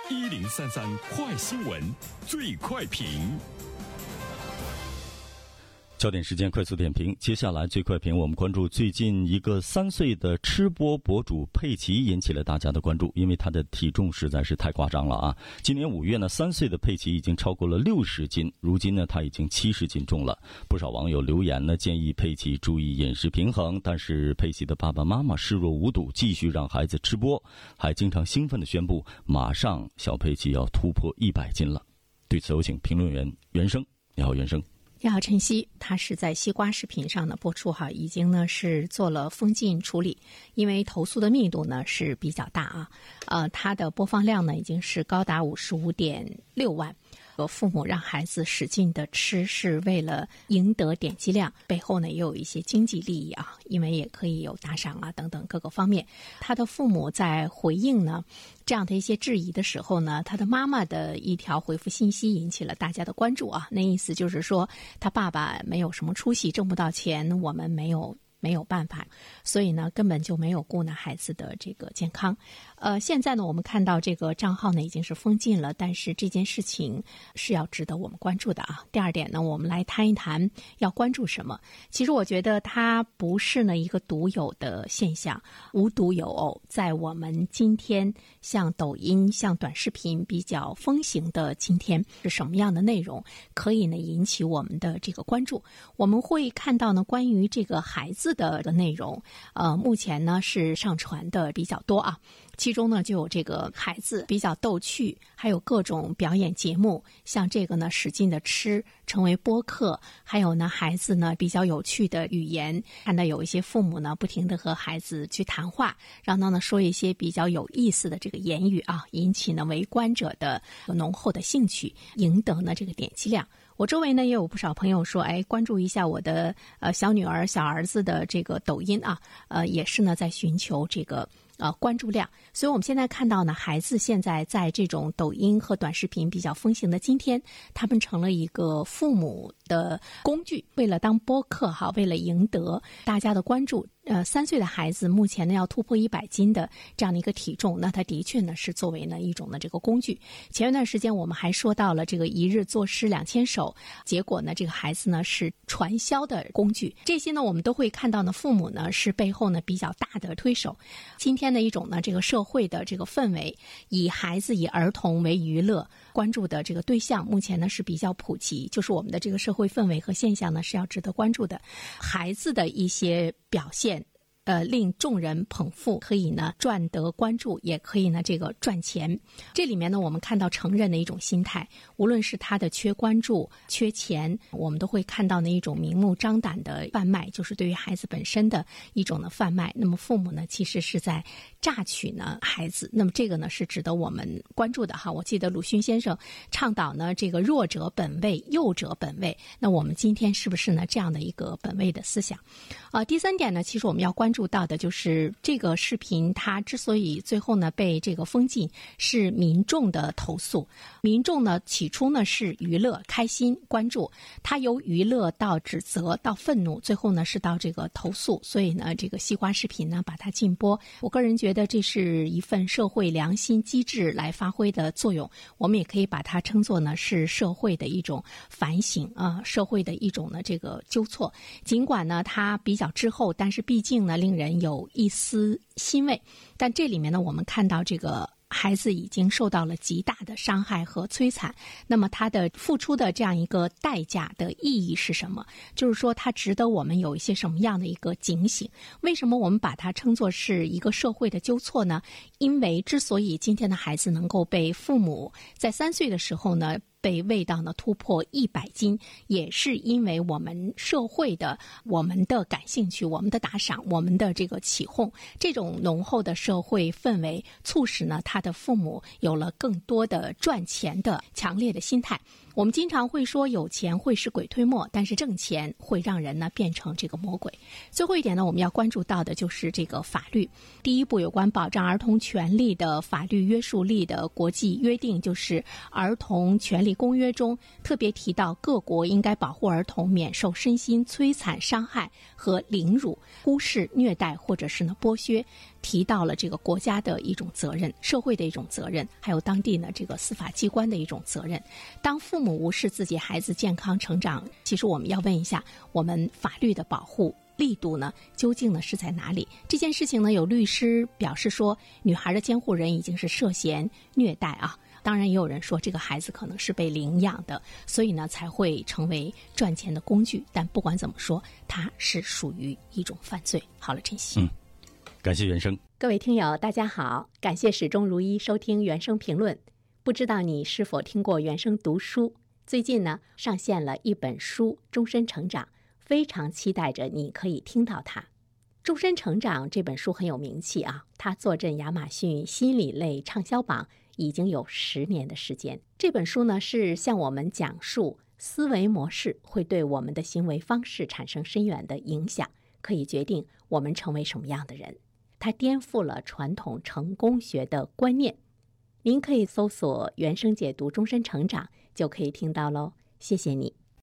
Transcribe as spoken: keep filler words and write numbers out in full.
一零三三快新闻，最快评。 焦点时间快速点评，接下来最快评我们关注最近一个三岁的吃播博主佩奇引起了大家的关注，因为他的体重实在是太夸张了啊！今年五月呢，三岁的佩奇已经超过了六十斤，如今呢他已经七十斤重了。不少网友留言呢建议佩奇注意饮食平衡，但是佩奇的爸爸妈妈视若无睹，继续让孩子吃播，还经常兴奋地宣布马上小佩奇要突破一百斤了。对此有请评论员袁生。你好，袁生。 你好，晨曦。他是在西瓜视频上呢播出哈，已经呢是做了封禁处理，因为投诉的密度呢是比较大啊，呃，它的播放量呢已经是高达五十五点六万。父母让孩子使劲的吃是为了赢得点击量，背后呢也有一些经济利益啊，因为也可以有打赏啊等等各个方面。他的父母在回应呢这样的一些质疑的时候呢，他的妈妈的一条回复信息引起了大家的关注啊，那意思就是说他爸爸没有什么出息，挣不到钱，我们没有没有办法，所以呢根本就没有顾呢孩子的这个健康。呃，现在呢我们看到这个账号呢已经是封禁了，但是这件事情是要值得我们关注的啊。第二点呢，我们来谈一谈要关注什么。其实我觉得它不是呢一个独有的现象，无独有偶，在我们今天像抖音像短视频比较风行的今天，是什么样的内容可以呢引起我们的这个关注。我们会看到呢关于这个孩子的内容，呃，目前呢是上传的比较多啊，其中呢就有这个孩子比较逗趣，还有各种表演节目，像这个呢使劲的吃成为播客，还有呢孩子呢比较有趣的语言，看到有一些父母呢不停的和孩子去谈话，让他呢说一些比较有意思的这个言语啊，引起呢围观者的浓厚的兴趣，赢得呢这个点击量。我周围呢也有不少朋友说，哎，关注一下我的呃小女儿小儿子的这个抖音啊，呃也是呢在寻求这个呃关注量。所以我们现在看到呢，孩子现在在这种抖音和短视频比较风行的今天，他们成了一个父母的工具，为了当播客哈，为了赢得大家的关注。呃，三岁的孩子目前呢要突破一百斤的这样的一个体重，那他的确呢是作为呢一种的这个工具。前一段时间我们还说到了这个一日作诗两千首，结果呢这个孩子呢是传销的工具。这些呢我们都会看到呢，父母呢是背后呢比较大的推手。今天的一种呢这个社会的这个氛围，以孩子以儿童为娱乐关注的这个对象，目前呢是比较普及，就是我们的这个社会氛围和现象呢是要值得关注的。孩子的一些表现呃，令众人捧腹，可以呢赚得关注，也可以呢这个赚钱。这里面呢我们看到成人的一种心态，无论是他的缺关注缺钱，我们都会看到呢一种明目张胆的贩卖，就是对于孩子本身的一种的贩卖。那么父母呢其实是在榨取呢孩子，那么这个呢是值得我们关注的哈。我记得鲁迅先生倡导呢这个弱者本位幼者本位，那我们今天是不是呢这样的一个本位的思想。呃，第三点呢，其实我们要关注到的就是这个视频它之所以最后呢被这个封禁，是民众的投诉。民众呢起初呢是娱乐开心关注，它由娱乐到指责到愤怒，最后呢是到这个投诉，所以呢这个西瓜视频呢把它禁播。我个人觉得这是一份社会良心机制来发挥的作用，我们也可以把它称作呢是社会的一种反省啊、呃，社会的一种呢这个纠错。尽管呢它比较滞后，但是毕竟呢令人有一丝欣慰。但这里面呢我们看到这个孩子已经受到了极大的伤害和摧残，那么他的付出的这样一个代价的意义是什么？就是说他值得我们有一些什么样的一个警醒？为什么我们把它称作是一个社会的纠错呢？因为之所以今天的孩子能够被父母在三岁的时候呢被喂到呢突破一百斤，也是因为我们社会的我们的感兴趣，我们的打赏，我们的这个起哄，这种浓厚的社会氛围促使呢他的父母有了更多的赚钱的强烈的心态。我们经常会说有钱会使鬼推磨，但是挣钱会让人呢变成这个魔鬼。最后一点呢，我们要关注到的就是这个法律。第一部有关保障儿童权利的法律约束力的国际约定，就是《儿童权利理公约中特别提到，各国应该保护儿童免受身心摧残伤害和凌辱、忽视、虐待或者是呢剥削，提到了这个国家的一种责任、社会的一种责任，还有当地呢这个司法机关的一种责任。当父母无视自己孩子健康成长，其实我们要问一下，我们法律的保护力度呢究竟呢是在哪里？这件事情呢，有律师表示说，女孩的监护人已经是涉嫌虐待啊。当然也有人说，这个孩子可能是被领养的，所以呢才会成为赚钱的工具。但不管怎么说，它是属于一种犯罪。好了，晨曦， 嗯，感谢原生。 各位听友，大家好，感谢始终如一收听原声评论。不知道你是否听过原声读书？最近呢上线了一本书《终身成长》，非常期待着你可以听到它。《终身成长》这本书很有名气啊，它坐镇亚马逊心理类畅销榜已经有十年的时间。这本书呢是向我们讲述思维模式会对我们的行为方式产生深远的影响，可以决定我们成为什么样的人。它颠覆了传统成功学的观念。您可以搜索原声解读终身成长就可以听到喽，谢谢你。